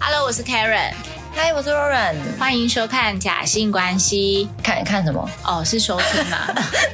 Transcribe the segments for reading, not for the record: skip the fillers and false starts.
Hello， 我是 Karen。 嗨，我是 Lauren。 欢迎收看《假性关系》。 看什么？ 哦，是收听吗？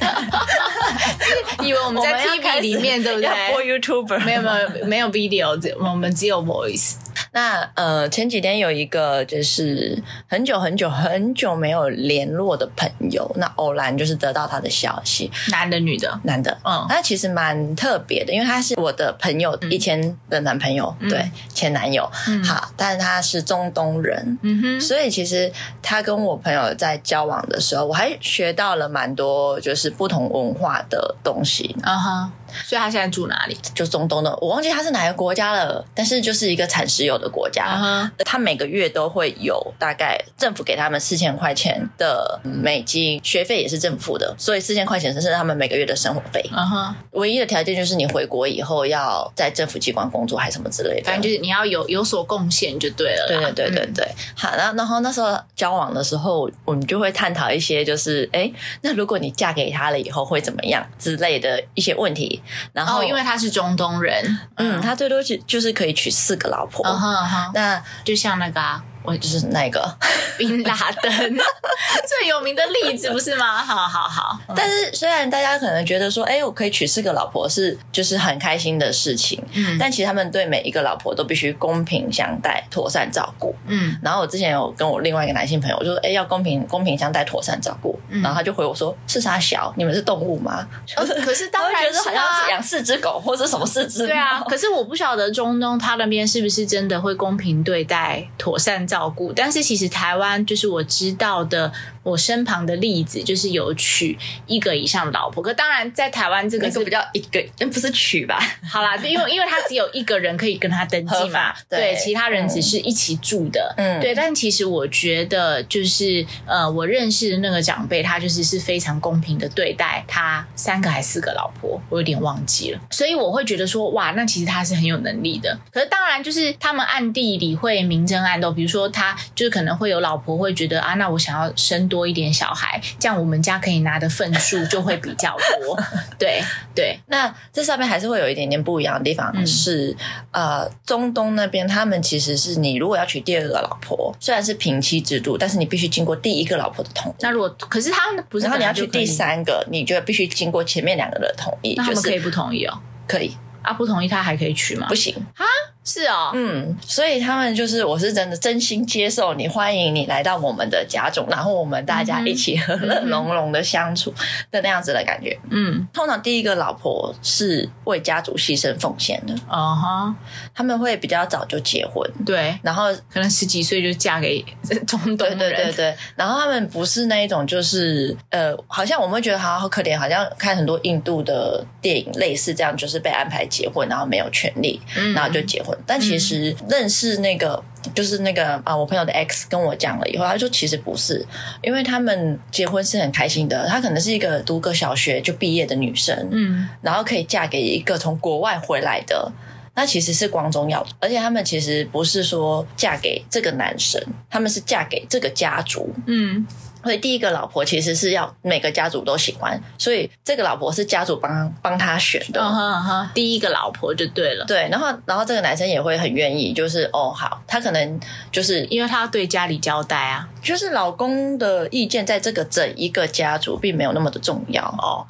以为我们在 TV 里面，对不对？ 要播 YouTuber？ 没有 video， 我们只有 voice。 那前几天有一个就是很久没有联络的朋友，那偶然就是得到他的消息。 男的女的？ 男的。他其实蛮特别的，因为他是我的朋友以前的男朋友，对，前男友。好，但是他是中东人。所以其实他跟我朋友在交往的时候，我还学到了蛮多就是不同文化的东西。 所以他现在住哪里？ 就中东的，我忘记他是哪个国家了，但是就是一个产石油的国家。他每个月都会有大概政府给他们4000块钱的美金，学费也是政府的，所以4000块钱是他们每个月的生活费。唯一的条件就是你回国以后要在政府机关工作还是什么之类的， 反正就是你要有所贡献就对了啦。 对。好，然后那时候交往的时候，我们就会探讨一些就是那如果你嫁给他了以后会怎么样之类的一些问题。然后因为他是中东人， 他最多就是可以娶4个老婆。那就像那个我就是那个宾拉登最有名的例子不是吗？好。 但是虽然大家可能觉得说我可以娶4个老婆是就是很开心的事情，但其实他们对每一个老婆都必须公平相待，妥善照顾。然后我之前有跟我另外一个男性朋友就说要公平相待，妥善照顾。然后他就回我说是啥小，你们是动物吗？ 可是当然是好像是养4只狗或者什么4只猫。 对啊，可是我不晓得中东他那边是不是真的会公平对待，妥善照顾。但是其实台湾就是我知道的，我身旁的例子就是有娶1个以上的老婆。可当然在台湾这个是比较1个，不是娶吧？ 好啦，因为他只有1个人可以跟他登记嘛，对，其他人只是一起住的。对。但其实我觉得就是我认识的那个长辈，他就是非常公平的对待他3个还4个老婆，我有点忘记了。所以我会觉得说哇，那其实他是很有能力的。可是当然就是他们暗地里会明争暗斗，比如说他就是可能会有老婆会觉得那我想要生多一点小孩，这样我们家可以拿的份数就会比较多。对。 那这上面还是会有一点点不一样的地方是中东那边他们其实是你如果要娶第2个老婆，虽然是平妻制度，但是你必须经过第1个老婆的同意。 那如果可是他不是， 然后你要娶第3个，你就必须经过前面2个的同意。 那他们可以不同意哦？ 可以不同意他还可以娶吗？ 不行啊。是哦。 所以他们就是我是真的真心接受你，欢迎你来到我们的家中，然后我们大家一起和乐融融的相处的那样子的感觉。通常第1个老婆是为家族牺牲奉献的。他们会比较早就结婚。 对。 然后可能10几岁就嫁给中东人。 对。然后他们不是那一种就是好像我们会觉得好可怜，好像看很多印度的电影类似这样，就是被安排结婚然后没有权利，然后就结婚。但其实认识那个就是那个我朋友的 X 跟我讲了以后，他说其实不是，因为他们结婚是很开心的。她可能是一个读个小学就毕业的女生，然后可以嫁给一个从国外回来的，那其实是光宗耀祖。而且他们其实不是说嫁给这个男生，他们是嫁给这个家族。所以第1个老婆其实是要每个家族都喜欢，所以这个老婆是家族帮他选的。 第1个老婆就对了。 对。然后这个男生也会很愿意，就是好，他可能就是因为他要对家里交代啊， 就是老公的意见在这个整一个家族并没有那么的重要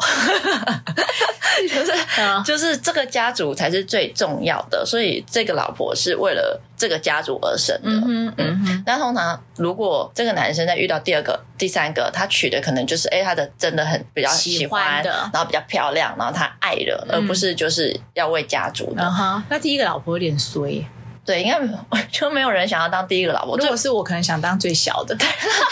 就是这个家族才是最重要的，所以这个老婆是为了这个家族而生的。那通常如果这个男生在遇到第2个第3个，他娶的可能就是他的真的很比较喜欢的，然后比较漂亮，然后他爱了，而不是就是要为家族的。 那第1个老婆有点衰。 对，应该就没有人想要当第1个老婆。 如果是我可能想当最小的。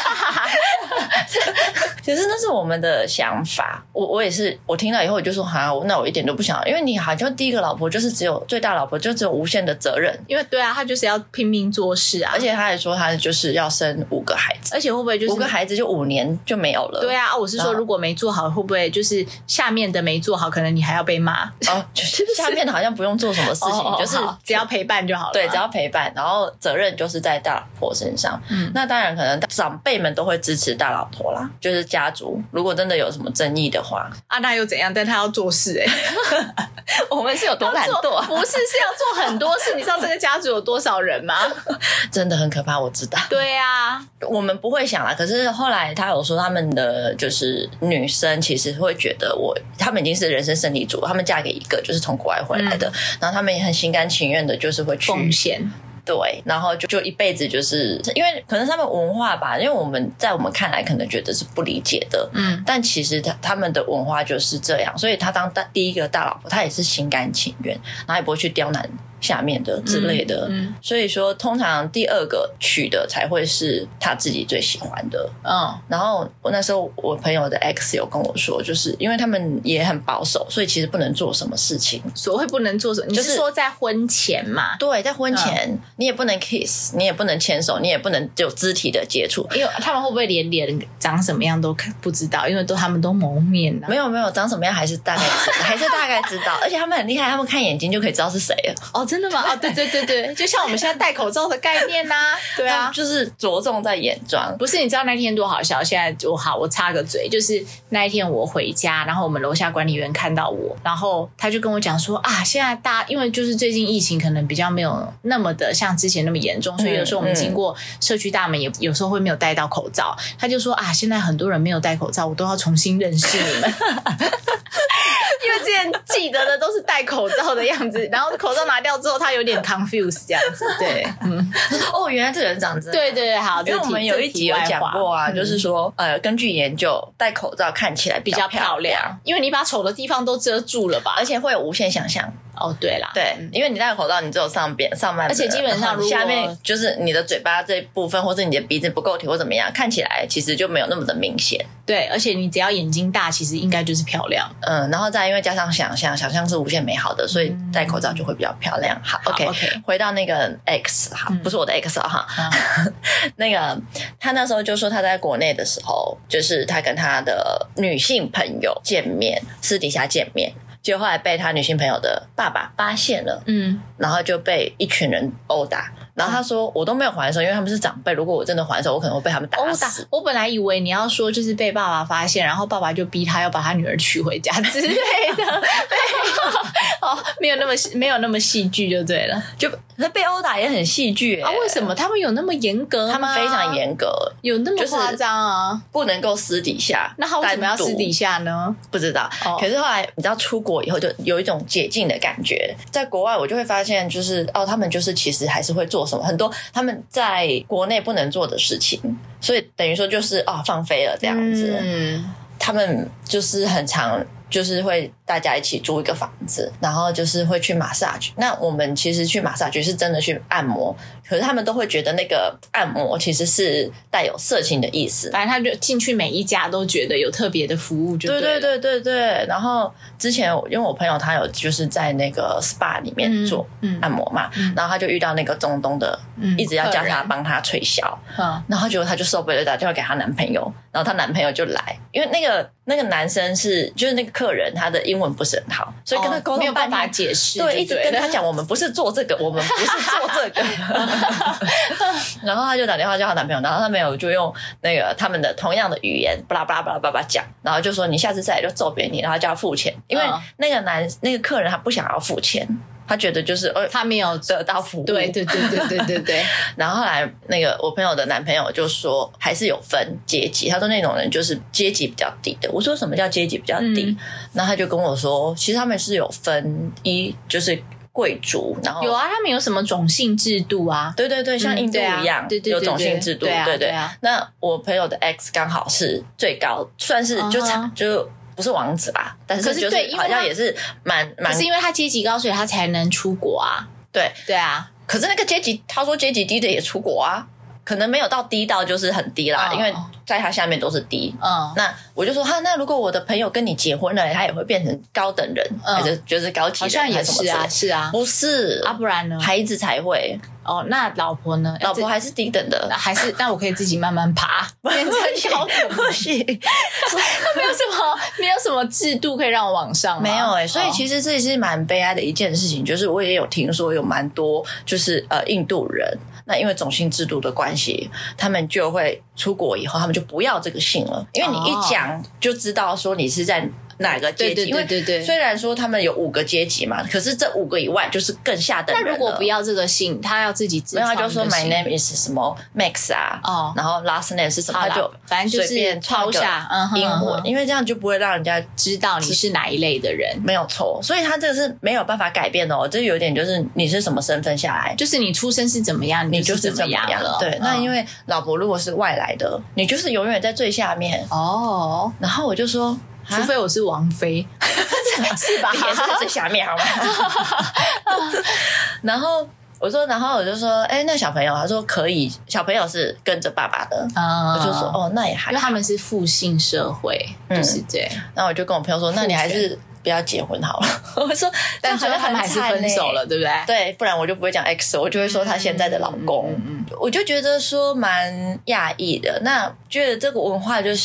其实那是我们的想法。我也是，我听到以后我就说那我一点都不想要，因为你好像第1个老婆就是只有最大老婆就只有无限的责任。 因为对啊，他就是要拼命做事啊， 而且他还说他就是要生5个孩子， 而且会不会就是 5个孩子就5年就没有了？ 对啊，我是说如果没做好，会不会就是下面的没做好，可能你还要被骂？ 就是下面的好像不用做什么事情，就是只要陪伴就好了。 对，只要陪伴，然后责任就是在大老婆身上。那当然可能长辈们都会会支持大老婆啦，就是家族如果真的有什么争议的话啊，那又怎样？但他要做事我们是有多懒惰？ 不是要做很多事。你知道这个家族有多少人吗？ 真的很可怕，我知道。 对啊， 我们不会想啦，可是后来他有说他们的就是女生其实会觉得他们已经是人生胜利组，他们嫁给一个就是从国外回来的，然后他们也很心甘情愿的就是会去奉献。 对，然后就一辈子，就是因为可能他们文化吧，因为我们看来可能觉得是不理解的，但其实他们的文化就是这样，所以他当第一个大老婆，他也是心甘情愿，然后也不会去刁难下面的之类的，所以说通常第二个娶的才会是他自己最喜欢的。然后我那时候我朋友的 X 有跟我说，就是因为他们也很保守，所以其实不能做什么事情。 所谓不能做什么，你是说在婚前嘛？ 对，在婚前，你也不能 kiss， 你也不能牵手，你也不能有肢体的接触。 因为他们会不会连脸长什么样都不知道？因为他们都蒙面啊。 没有长什么样还是大概知道，而且他们很厉害，他们看眼睛就可以知道是谁了。 哦，真的吗？哦，对，就像我们现在戴口罩的概念啊。对啊， 就是着重在眼妆。 不是，你知道那天多好笑？现在我插个嘴，就是那一天我回家，然后我们楼下管理员看到我，然后他就跟我讲说啊，现在因为就是最近疫情可能比较没有那么的像之前那么严重，所以有时候我们经过社区大门也有时候会没有戴到口罩。他就说啊，现在很多人没有戴口罩，我都要重新认识你们。因为之前记得的都是戴口罩的样子，然后口罩拿掉之后，他有点 confused 这样子。对， 哦，原来这个人长这样。 对，好， 因为我们有一集有讲过啊，就是说根据研究，戴口罩看起来比较漂亮，因为你把丑的地方都遮住了吧， 而且会有无限想象。 哦，对啦， 对，因为你戴口罩，你只有上半部， 而且基本上如果下面就是你的嘴巴这一部分，或是你的鼻子不够挺或怎么样，看起来其实就没有那么的明显。 对，而且你只要眼睛大，其实应该就是漂亮。 然后再因为加上想象是无限美好的，所以戴口罩就会比较漂亮。好 ，OK， 回到那个 X 哈，不是我的 X 哈，那个他那时候就说他在国内的时候，就是他跟他的女性朋友见面，私底下见面。结果后来被他女性朋友的爸爸发现了，然后就被一群人殴打。然后他说我都没有还手，因为他们是长辈，如果我真的还手，我可能会被他们打死。 我本来以为你要说就是被爸爸发现，然后爸爸就逼他要把他女儿娶回家之类的。没有那么戏剧就对了。 就被殴打也很戏剧啊？为什么他们有那么严格吗？ 他们非常严格， 有那么夸张啊？ 不能够私底下。 那他为什么要私底下呢？ 不知道。可是后来你知道出国以后就有一种解禁的感觉，在国外我就会发现就是他们就是其实还是会做什么很多他们在国内不能做的事情，所以等于说就是放飞了这样子。他们就是很常就是会大家一起租一个房子，然后就是会去massage。那我们其实去massage是真的去按摩，可是他们都会觉得那个按摩其实是带有色情的意思。 反正他就进去每一家都觉得有特别的服务就对了。 对。然后之前因为我朋友他有就是在那个 SPA 里面做按摩嘛，然后他就遇到那个中东的一直要叫他帮他吹箫，然后结果他就受不了，打电话给他男朋友，然后他男朋友就来，因为那个男生就是那个客人他的英文不是很好，所以跟他沟通没有办法解释， 对，一直跟他讲我们不是做这个，我们不是做这个。然后他就打电话叫他男朋友，然后他男朋友就用那个他们的同样的语言巴拉巴拉巴拉巴拉讲，然后就说你下次再来就揍扁你，然后叫他付钱，因为那个客人他不想要付钱。他觉得就是他没有得到服务， 对。 然后后来那个我朋友的男朋友就说还是有分阶级，他说那种人就是阶级比较低的。我说什么叫阶级比较低？然后他就跟我说，其实他们是有分就是贵族，然后有啊，他们有什么种姓制度啊？ 对，像印度一样，有种姓制度，对。那我朋友的 X 刚好是最高，算是就。不是王子吧，但是就是好像也是蛮， 可是因为他阶级高，所以他才能出国啊。对啊， 可是那个阶级，他说阶级低的也出国啊，可能没有到低到就是很低啦，因为在他下面都是低。那我就说那如果我的朋友跟你结婚了，他也会变成高等人，还是就是高级人， 好像也是啊，是啊， 不是不然呢？ 孩子才会。 那老婆呢？ 老婆还是低等的， 还是但我可以自己慢慢爬，变成高等， 不行。 没有什么制度可以让我往上吗？ 没有所以其实这也是蛮悲哀的一件事情，就是我也有听说有蛮多就是印度人， 那因为种姓制度的关系，他们就会出国以后他们就不要这个姓了，因为你一讲就知道说你是在哪个阶级？ 对， 虽然说他们有5个阶级嘛，可是这5个以外就是更下等人了。 那如果不要这个姓，他要自己自创的姓， 没有，他就说 My name is 什么 Max 啊，然后 last name 是什么，他就反正就是抄下英文，因为这样就不会让人家知道你是哪一类的人， 没有错。所以他这个是没有办法改变的哦，这有点就是你是什么身份下来， 就是你出生是怎么样， 你就是怎么样了。 对，那因为老婆如果是外来的，你就是永远在最下面哦。然后我就说。 除非我是王妃是吧？也是在最下面好吗？然后我就说那小朋友，他说可以，小朋友是跟着爸爸的，我就说那也还好， 因为他们是父姓社会，就是这样。 那我就跟我朋友说，那你还是不要结婚好了。我说， 但最后他们还是分手了，对不对？ 对，不然我就不会讲 X， 我就会说他现在的老公。我就觉得说蛮讶异的。那觉得这个文化就是，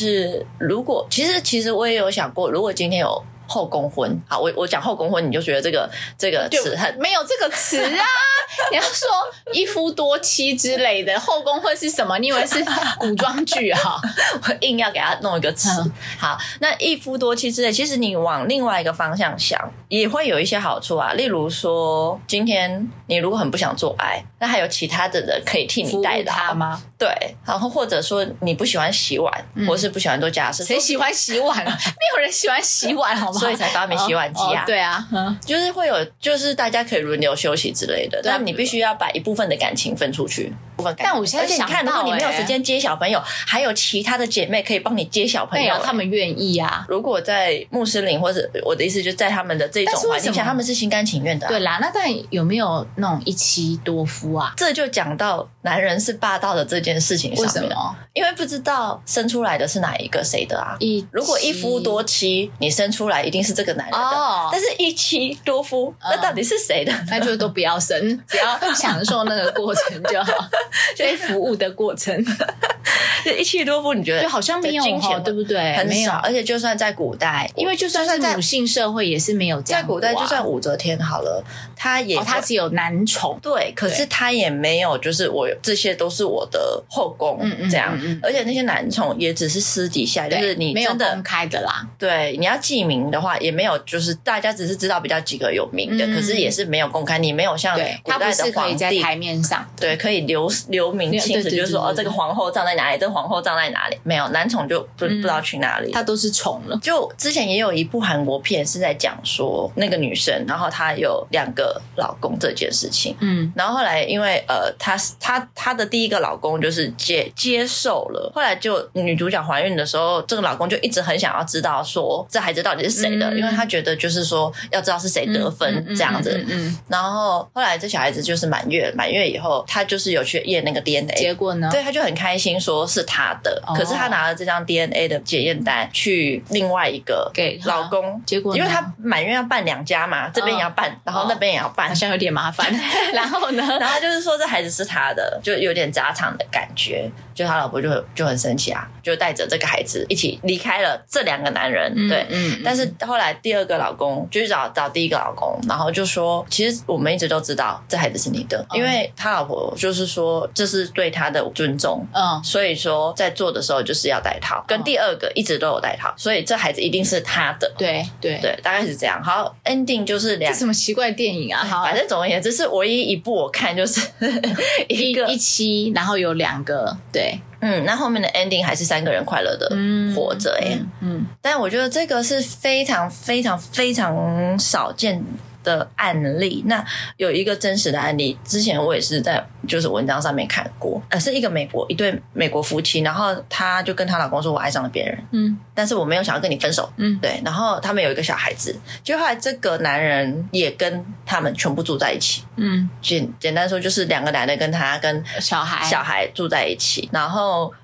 如果其实我也有想过，如果今天有后宫婚，好，我讲后宫婚，你就觉得这个词很没有这个词啊。你要说一夫多妻之类的，后宫婚是什么？你以为是古装剧啊？ 我硬要给他弄一个词。好，那一夫多妻之类，其实你往另外一个方向想，也会有一些好处啊。例如说，今天你如果很不想做爱，那还有其他的人可以替你代劳吗？ 对，然后或者说你不喜欢洗碗，或是不喜欢做家事， 谁喜欢洗碗？没有人喜欢洗碗，好吗？ 所以才发明洗碗机啊。 对啊， 就是会有，就是大家可以轮流休息之类的，但你必须要把一部分的感情分出去。 但我现在想到， 而且你看，如果你没有时间接小朋友，还有其他的姐妹可以帮你接小朋友， 他们愿意啊。 如果在穆斯林，或者我的意思就在他们的这种环境下，他们是心甘情愿的。 对啦，那但有没有那种一妻多夫啊？ 这就讲到男人是霸道的这件事情上面。 为什么？ 因为不知道生出来的是哪一个谁的啊？如果一夫多妻，你生出来一定是这个男人的，但是一妻多夫，那到底是谁的？ 那就都不要生，只要享受那个过程就好。被服务的过程， 一妻多夫，你觉得就好像没有金钱，对不对？ 很少，而且就算在古代， 因为就算是母性社会也是没有这样。 在古代，就算武则天好了，他只有男宠， 对，可是他也没有，就是我这些都是我的后宫这样，而且那些男宠也只是私底下，就是你真的没有公开的啦。 对，你要记名的话，也没有，就是大家只是知道比较几个有名的，可是也是没有公开，你没有像古代的皇帝在台面上， 对，可以留名青史，就是说这个皇后葬在哪里，这个皇后葬在哪里，没有男宠就不知道去哪里， 他都是宠了。 就之前也有一部韩国片是在讲说那个女生，然后她有2个老公这件事情，然后后来因为她的第一个老公就是接受了，后来就女主角怀孕的时候，这个老公就一直很想要知道说这孩子到底是谁的，因为他觉得就是说要知道是谁得分这样子，然后后来这小孩子就是满月以后，他就是有去验那个 DNA， 结果呢？ 对，他就很开心说是他的，可是他拿了这张 DNA 的检验单去另外一个给老公， 结果因为他满月要办2家嘛，这边也要办，然后那边也要办， 好像有点麻烦。然后呢？ 然后就是说这孩子是他的，就有点砸场的感觉，就他老婆就很生气啊，就带着这个孩子一起离开了这2个男人，对，但是后来第2个老公就去找第1个老公，然后就说其实我们一直都知道这孩子是你的，因为他老婆就是说这是对他的尊重，所以说在做的时候就是要戴套，跟第2个一直都有戴套，所以这孩子一定是他的， 对， 大概是这样。好 ending 就是这什么奇怪的电影啊？ 反正总而言之是唯一一部我看就是一妻，然后有2个，对。 那后面的 ending 还是3个人快乐的活着但我觉得这个是非常非常非常少见的案例。那有一个真实的案例，之前我也是在就是文章上面看过，是一对美国夫妻，然后她就跟她老公说我爱上了别人，但是我没有想要跟你分手，对，然后他们有一个小孩子，就后来这个男人也跟他们全部住在一起，简单说就是2个男的跟他跟小孩住在一起，然后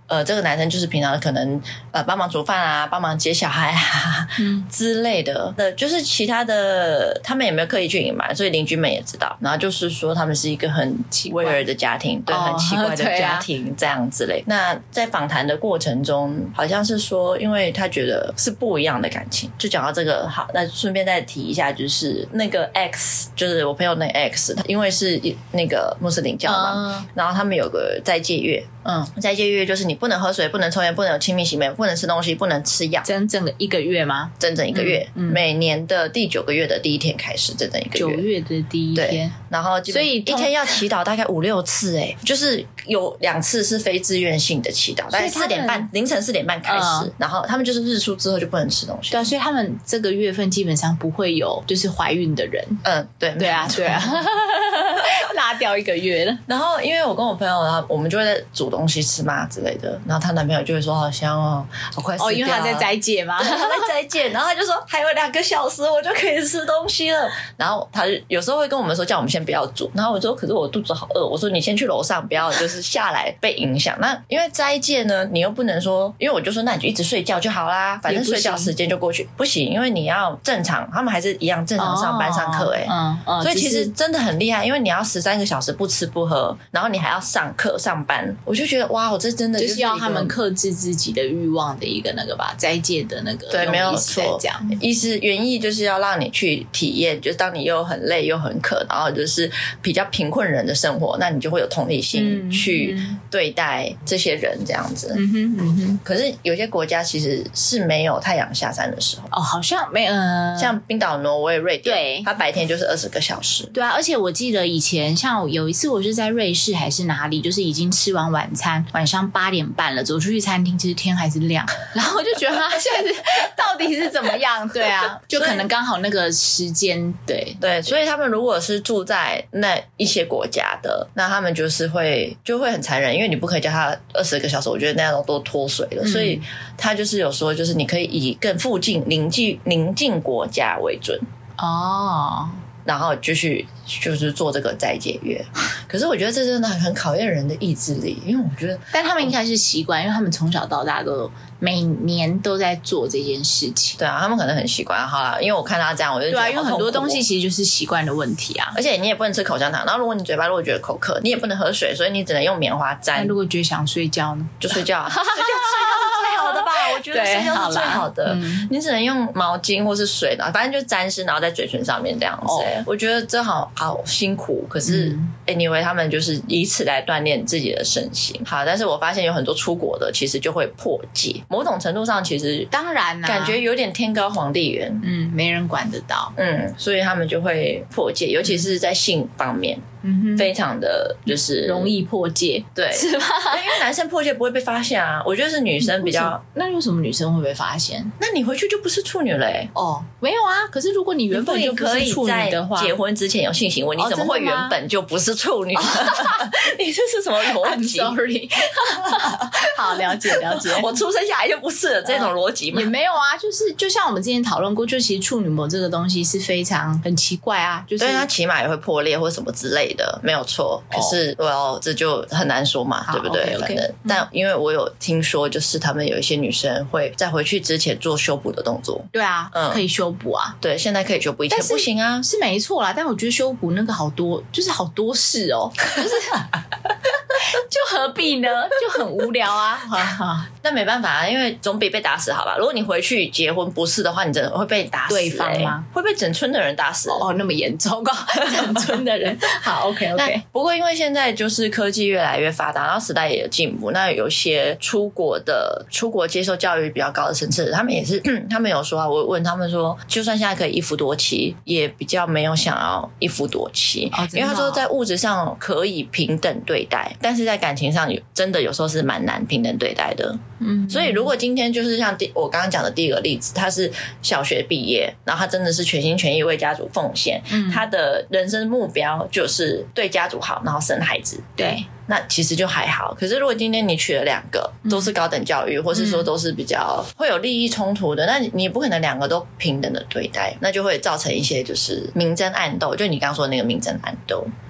这个男生就是平常可能帮忙煮饭啊，帮忙接小孩啊之类的，就是其他的他们也没有刻意去隐瞒，所以邻居们也知道。然后就是说他们是一个很威尔的家庭，对，很奇怪的家庭这样之类。那在访谈的过程中，好像是说，因为他觉得是不一样的感情，就讲到这个。好，那顺便再提一下，就是那个 X， 就是我朋友那个 X， 因为是那个穆斯林教嘛，然后他们有个斋戒月。斋戒月就是你不能喝水，不能抽烟，不能有亲密行为，不能吃东西，不能吃药。 整整1个月吗？ 整整1个月，每年的第9个月的第1天开始，整整1个月。 9月的第1天， 然后所以一天要祈祷大概5-6次，就是有2次是非自愿性的祈祷，大概凌晨4点半开始，然后他们就是日出之后就不能吃东西。 对啊，所以他们这个月份基本上不会有就是怀孕的人。 对啊， 拉掉1个月了。 然后因为我跟我朋友，然后我们就会在煮东西吃嘛之类的，然后她男朋友就会说好香哦，好快死掉了。 因为他在斋戒嘛， 他在斋戒，然后他就说还有2个小时我就可以吃东西了。然后他有时候会跟我们说叫我们先不要煮，然后我说可是我肚子好饿，我说你先去楼上，不要就是下来被影响。那因为斋戒呢，你又不能说，因为我就说那你就一直睡觉就好啦，反正睡觉时间就过去。不行，因为你要正常，他们还是一样正常上班上课所以其实真的很厉害，因为你要13个小时不吃不喝，然后你还要上课上班。我就觉得哇，我这真的就是要他们克制自己的欲望的一个那个吧，斋戒的那个。 对，没有错。原意就是要让你去体验，就是当你又很累又很渴，然后就是比较贫困人的生活，那你就会有同理心去对待这些人这样子。可是有些国家其实是没有太阳下山的时候。 好像没像冰岛、挪威、瑞典， 对， 它白天就是20个小时。 对啊，而且我记得以前像有一次我是在瑞士还是哪里，就是已经吃完晚餐，晚上8点半了，走出去餐厅，其实天还是亮，然后就觉得他现在到底是怎么样？对啊，就可能刚好那个时间，对， 所以他们如果是住在那一些国家的，那他们就是会很残忍，因为你不可以叫他20个小时，我觉得那样都脱水了，所以他就是有说，就是你可以以更附近邻近国家为准然后就是做这个斋戒月。可是我觉得这真的很考验人的意志力，因为我觉得， 但他们应该是习惯，因为他们从小到大都每年都在做这件事情。 对啊，他们可能很习惯。好啦，因为我看他这样，我就觉得对啊，因为很多东西其实就是习惯的问题啊。 而且你也不能吃口香糖，然后如果你嘴巴觉得口渴，你也不能喝水，所以你只能用棉花沾。 那如果觉得想睡觉呢， 就睡觉啊，睡觉是最好的吧？我觉得睡觉是最好的。你只能用毛巾或是水，反正就沾湿，然后在嘴唇上面这样子。我觉得这好辛苦，可是anyway，他们就是以此来锻炼自己的身心。好，但是我发现有很多出国的，其实就会破戒。某种程度上，其实当然感觉有点天高皇帝远， 没人管得到， 所以他们就会破戒，尤其是在性方面。非常的就是容易破戒， 对，是吧？因为男生破戒不会被发现啊，我觉得是女生比较。 那为什么女生会被发现？ 那你回去就不是处女了没有啊。可是如果你原本就不是处女的话， 结婚之前有性行为，你怎么会原本就不是处女？你这是什么逻辑 ？I'm sorry 好，了解。 我出生下来就不是了，这种逻辑吗？ 也没有啊，就像我们之前讨论过，就其实处女膜这个东西是非常很奇怪啊，就是对它起码也会破裂或什么之类的，没有错。可是这就很难说嘛，对不对？反正但因为我有听说，就是他们有一些女生会在回去之前做修补的动作。 对啊，可以修补啊。 对，现在可以修补，以前不行啊。 是没错啦，但我觉得修补那个好多事就是就何必呢？就很无聊啊。 但没办法啊，因为总比被打死好吧。如果你回去结婚不是的话，你真的会被打死。 对方吗？ 会被整村的人打死。 那么严重整村的人。好 OK。 不过因为现在就是科技越来越发达，然后时代也有进步，那有些出国接受教育比较高的层次，他们也是他们有说我问他们说，就算现在可以一夫多妻，也比较没有想要一夫多妻。因为他说在物质上可以平等对待，但是在感情上真的有时候是蛮难平等对待的。所以如果今天就是像我刚刚讲的第一个例子，他是小学毕业，然后他真的是全心全意为家族奉献，他的人生目标就是对家族好，然后生孩子。 对， 那其实就还好。可是如果今天你娶了2个都是高等教育，或是说都是比较会有利益冲突的，那你也不可能2个都平等的对待，那就会造成一些就是明争暗斗，就你刚刚说的那个明争暗斗。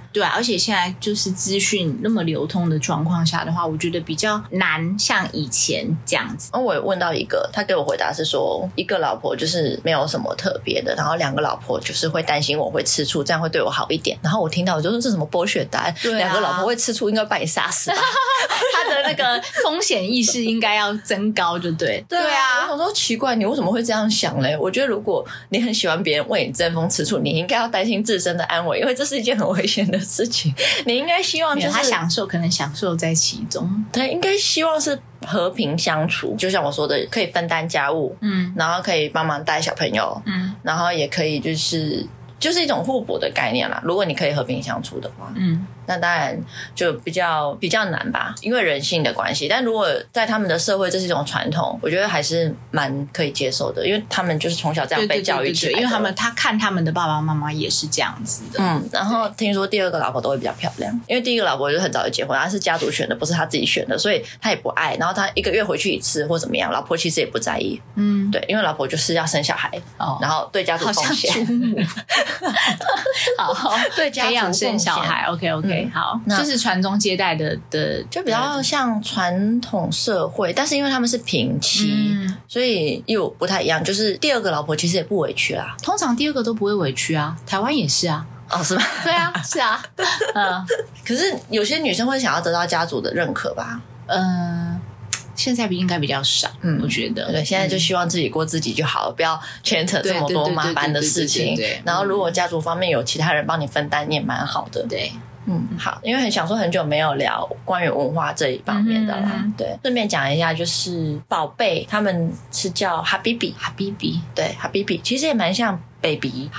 对啊，而且现在就是资讯那么流通的状况下的话，我觉得比较难像以前这样子。 我有问到一个，他给我回答是说，一个老婆就是没有什么特别的，然后2个老婆就是会担心我会吃醋，这样会对我好一点。然后我听到我就说这什么剥削答案，2个老婆会吃醋应该把你杀死吧。 他的那个风险意识应该要增高就对。 对啊，我想说奇怪，你为什么会这样想嘞？我觉得如果你很喜欢别人为你争风吃醋，你应该要担心自身的安危，因为这是一件很危险的事情。你应该希望就是他可能享受在其中， 他应该希望是和平相处，就像我说的，可以分担家务，然后可以帮忙带小朋友，然后也可以就是一种互补的概念啦。如果你可以和平相处的话，那当然就比较难吧，因为人性的关系。但如果在他们的社会这是一种传统，我觉得还是蛮可以接受的，因为他们就是从小这样被教育起来的。 对，因为他看他们的爸爸妈妈也是这样子的。 然后听说第2个老婆都会比较漂亮，因为第1个老婆就很早就结婚，她是家族选的，不是她自己选的，所以她也不爱。然后她1个月回去1次或怎么样，老婆其实也不在意。对，因为老婆就是要生小孩，然后对家族奉献。 好像祖母。好， 对家族培养生小孩。OK，好，就是传宗接代的， 就比较像传统社会，但是因为他们是平妻，所以又不太一样。就是第2个老婆其实也不委屈啦， 通常第2个都不会委屈啊，台湾也是啊。 哦，是吗？ 对啊，是啊。 可是有些女生会想要得到家族的认可吧？ 现在应该比较少，我觉得。 对，现在就希望自己过自己就好了，不要牵扯这么多麻烦的事情。然后如果家族方面有其他人帮你分担，你也蛮好的。 对。 好，因为想说很久没有聊关于文化这一方面的啦。对，顺便讲一下，就是宝贝他们是叫哈比比，对，哈比比其实也蛮像 baby，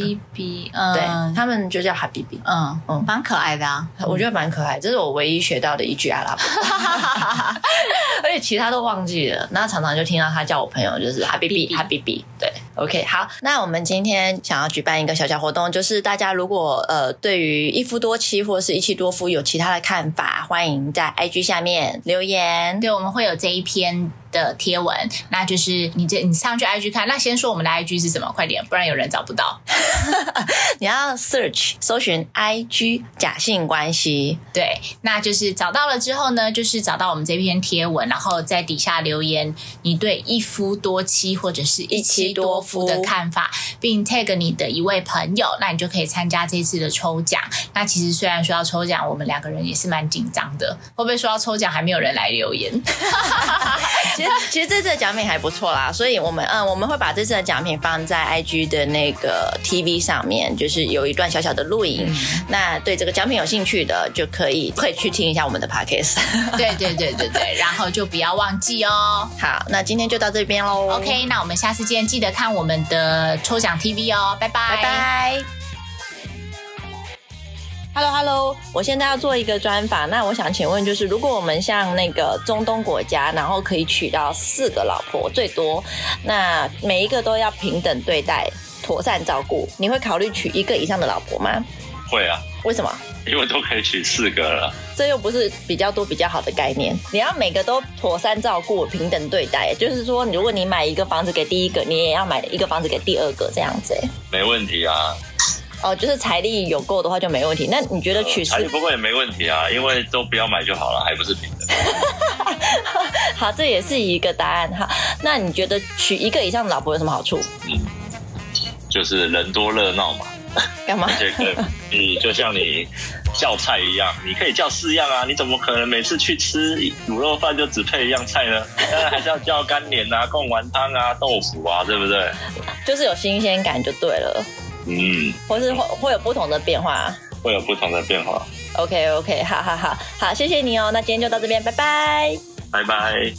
baby， 对，他们就叫哈比比， 蛮可爱的啊， 我觉得蛮可爱，这是我唯一学到的一句阿拉伯话，而且其他都忘记了，那常常就听到他叫我朋友就是哈比比，对。OK， 好，那我们今天想要举办一个小小活动，就是大家如果对于一夫多妻或是一妻多夫有其他的看法，欢迎在 IG 下面留言。 对，我们会有这一篇的贴文，那就是你上去 IG 看。那先说我们的 IG 是什么，快点，不然有人找不到。 你要 search 搜寻 IG 假性关系， 对，那就是找到了之后呢，就是找到我们这篇贴文，然后在底下留言你对一夫多妻或者是一妻多夫的看法，并 tag 你的一位朋友，那你就可以参加这次的抽奖。那其实虽然说要抽奖，我们2个人也是蛮紧张的，会不会说要抽奖还没有人来留言？ 其实这次的奖品还不错啦，所以我们会把这次的奖品放在 IG 的那个 TV 上面，就是有一段小小的录影。那对这个奖品有兴趣的，就可以去听一下我们的 podcast。 对，然后就不要忘记哦。 好，那今天就到这边咯。 OK， 那我们下次见，记得看我们的抽奖 TV 哦，拜拜， 拜拜。Hello， 我现在要做一个专访，那我想请问，就是如果我们像那个中东国家，然后可以娶到4个老婆最多，那每一个都要平等对待、妥善照顾，你会考虑娶1个以上的老婆吗？ 会啊。 为什么？ 因为都可以娶4个了。 这又不是比较多比较好的概念，你要每个都妥善照顾、平等对待，就是说，如果你买一个房子给第1个，你也要买一个房子给第2个，这样子。 没问题啊。 就是财力有够的话就没问题。那你觉得娶财力不够也没问题啊，因为都不要买就好了，还不是平等。 好，这也是一个答案哈。那你觉得娶1个以上的老婆有什么好处？ 就是人多热闹嘛。 干嘛？ 而且你就像你叫菜一样，你可以叫4样啊，你怎么可能每次去吃卤肉饭就只配1样菜呢？当然还是要叫干莲啊、贡丸汤啊、豆腐啊，对不对？ 就是有新鲜感就对了。或是会有不同的变化， 会有不同的变化。 OK， 好，谢谢你哦。那今天就到这边，拜拜， 拜拜。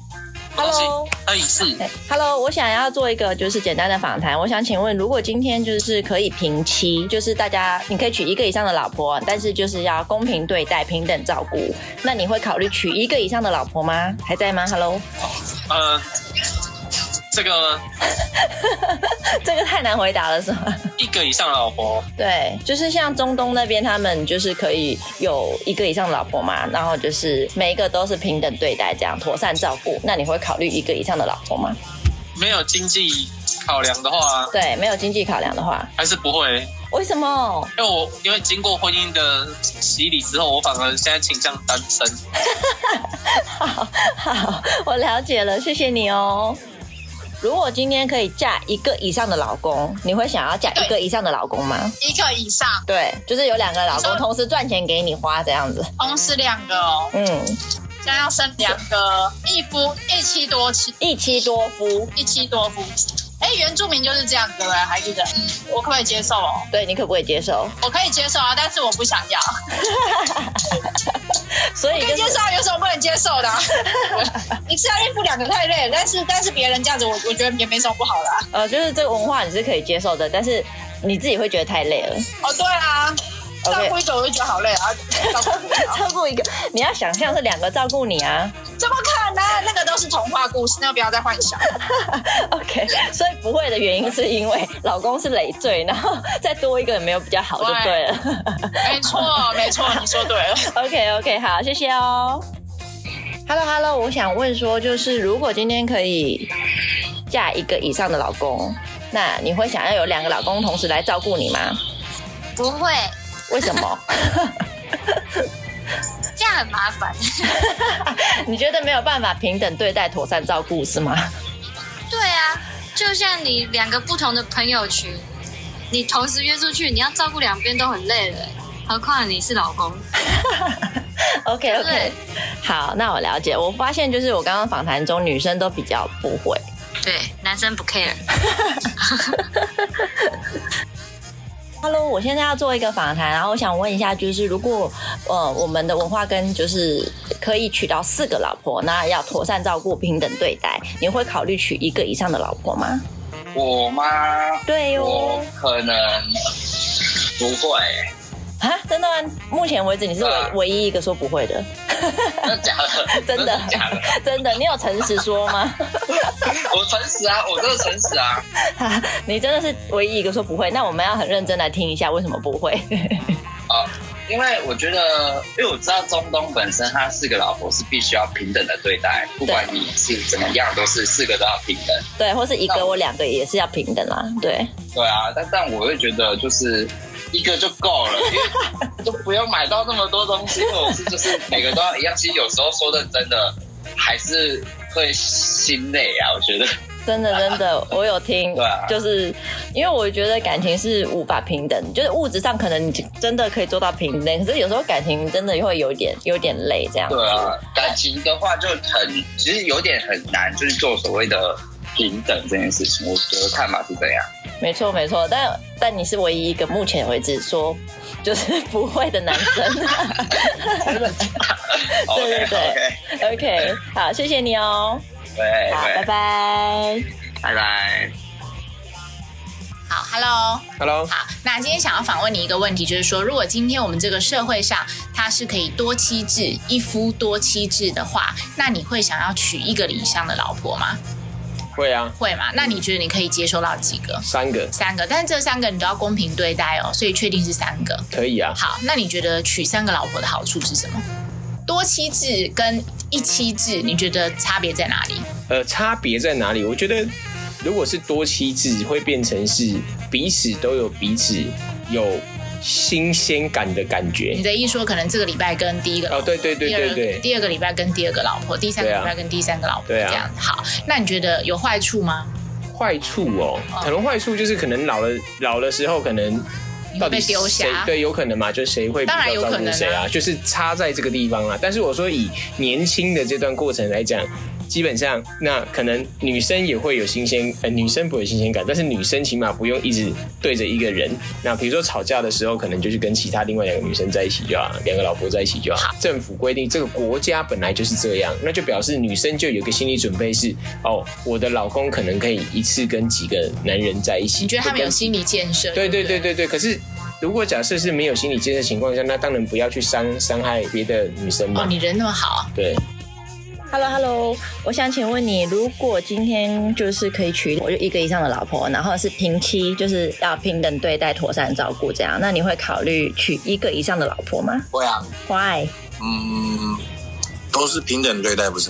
Hello， 我想要做一个就是简单的访谈。我想请问，如果今天就是可以平妻，就是你可以娶1个以上的老婆，但是就是要公平对待、平等照顾，那你会考虑娶1个以上的老婆吗？还在吗 ？Hello， 这个太难回答了，是吗 ？1个以上的老婆， 对，就是像中东那边，他们就是可以有1个以上的老婆嘛，然后就是每一个都是平等对待，这样妥善照顾。那你会考虑1个以上的老婆吗？ 没有经济考量的话， 对，没有经济考量的话， 还是不会。 为什么？ 因为经过婚姻的洗礼之后，我反而现在倾向单身。 好，我了解了，谢谢你哦。如果今天可以嫁一个以上的老公，你会想要嫁一个以上的老公吗？ 一个以上， 对，就是有2个老公同时赚钱给你花这样子。 同时2个哦。这样要生2个，一妻多妻， 一妻多夫。 原住民就是这样，对不对？还记得？我可不可以接受哦？ 对，你可不可以接受？ 我可以接受啊，但是我不想要。 所以、 可以接受，有什么不能接受的、一次要应付2个太累了，但是别人这样子，我觉得也没什么不好的、 就是这个文化你是可以接受的，但是你自己会觉得太累了。 哦，对啊。照顾一个我就觉得好累啊， 照顾一个，你要想象是2个照顾你啊？ 怎么可能？那个都是童话故事，那个不要再幻想。 OK， 所以不会的原因是因为老公是累赘，然后再多一个也没有比较好，就对了。 没错，你说对了。 OK， 好，谢谢哦。Hello， 我想问说，就是如果今天可以嫁一个以上的老公，那你会想要有2个老公同时来照顾你吗？ 不会。 为什么？ 这样很麻烦。 你觉得没有办法平等对待、妥善照顾是吗？ 对啊，就像你2个不同的朋友群，你同时约出去，你要照顾2边都很累了，何况你是老公。 OK， 好，那我了解。我发现就是我刚刚访谈中，女生都比较不会， 对，男生不 care。 Hello， 我现在要做一个访谈，然后我想问一下，就是如果我们的文化跟就是可以娶到4个老婆，那要妥善照顾、平等对待，你会考虑娶1个以上的老婆吗？ 我吗？ 对哦， 我可能不会。 啊，真的吗？目前为止你是唯一一个说不会的。 真的假的？ 真的假的？ 真的，你有诚实说吗？ 我诚实啊，我真的诚实啊。 你真的是唯一一个说不会，那我们要很认真来听一下为什么不会。 因为我觉得，因为我知道中东本身他4个老婆是必须要平等的对待，不管你是怎么样，都是4个都要平等。 对，或是1个或2个也是要平等啦。对。对啊，但我会觉得就是1个就够了，因为就不用买到那么多东西，或者是就是每个都要一样。其实有时候说认真的，还是会心累啊，我觉得。 真的，我有听，就是因为我觉得感情是无法平等，就是物质上可能你真的可以做到平等，可是有时候感情真的会有点累这样子。 对啊，感情的话就其实有点很难，就是做所谓的平等这件事情，我觉得看法是这样。 没错，但你是唯一一个目前为止说就是不会的男生。对 ，OK， 好，谢谢你哦。 对， 好，拜拜， 拜拜。 好 ，Hello， 好，那今天想要访问你一个问题，就是说，如果今天我们这个社会上它是可以多妻制、一夫多妻制的话，那你会想要娶1个以上的老婆吗？ 会啊， 会嘛？那你觉得你可以接受到几个 ？3个 ，3个，但是这3个你都要公平对待哦，所以确定是3个。 可以啊。 好，那你觉得娶3个老婆的好处是什么？多妻制跟一妻制，你觉得差别在哪里？ 差别在哪里？我觉得如果是多妻制，会变成是彼此都有彼此有新鲜感的感觉。 你的意思说，可能这个礼拜跟第1个老婆， 对， 第2个礼拜跟第2个老婆，第3个礼拜跟第3个老婆，这样子。好，那你觉得有坏处吗？ 坏处哦，可能坏处就是可能老的时候可能。 你会被丢下？ 对，有可能嘛，就是谁会比较照顾谁啊？就是差在这个地方啦。但是我说以年轻的这段过程来讲，基本上那可能女生也会有新鲜，女生不会有新鲜感，但是女生起码不用一直对着一个人。那比如说吵架的时候，可能就是跟其他另外2个女生在一起就好，2个老婆在一起就好。政府规定这个国家本来就是这样，那就表示女生就有个心理准备是，我的老公可能可以一次跟几个男人在一起。 你觉得他们有心理建设？ 对。可是如果假设是没有心理建设情况下，那当然不要去伤害别的女生嘛。 你人那么好。 对。 Hello， 我想请问你，如果今天就是可以娶我就1个以上的老婆，然后是平妻，就是要平等对待、妥善照顾这样，那你会考虑娶1个以上的老婆吗？ 会啊。 Why？ 都是平等对待，不是吗？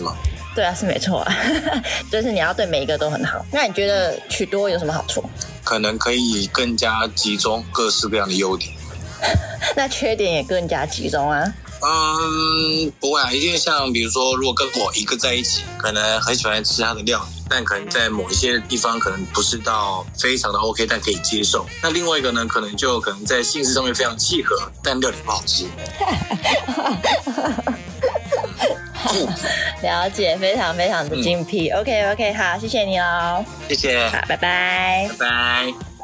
对啊，是没错啊，就是你要对每一个都很好。那你觉得取多有什么好处？ 可能可以更加集中各式各样的优点。 那缺点也更加集中啊。 不会啊，一定像比如说，如果跟某一个在一起，可能很喜欢吃他的料理，但可能在某一些地方可能不是到非常的 OK， 但可以接受。那另外一个呢，可能在性质上面非常契合，但料理不好吃。 了解，非常非常的精辟。OK， 好，谢谢你哦。 谢谢。 好，拜拜。 拜拜。